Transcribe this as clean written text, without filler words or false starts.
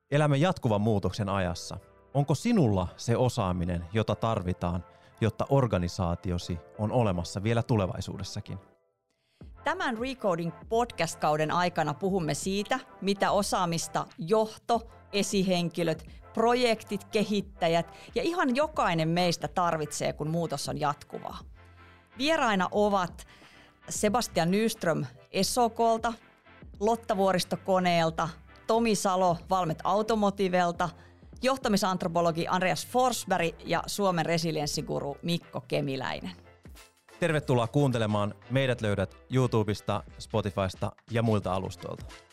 Elämme jatkuvan muutoksen ajassa. Onko sinulla se osaaminen, jota tarvitaan, jotta organisaatiosi on olemassa vielä tulevaisuudessakin? Tämän Recoding podcast-kauden aikana puhumme siitä, mitä osaamista johto, esihenkilöt, projektit, kehittäjät ja ihan jokainen meistä tarvitsee, kun muutos on jatkuvaa. Vieraina ovat Sebastian Nyström SOK:lta, Lotta Vuoristo Koneelta, Tomi Salo Valmet Automotivelta, johtamisantropologi Andreas Forsberg ja Suomen resilienssiguru Mikko Kemiläinen. Tervetuloa kuuntelemaan. Meidät löydät YouTubesta, Spotifysta ja muilta alustoilta.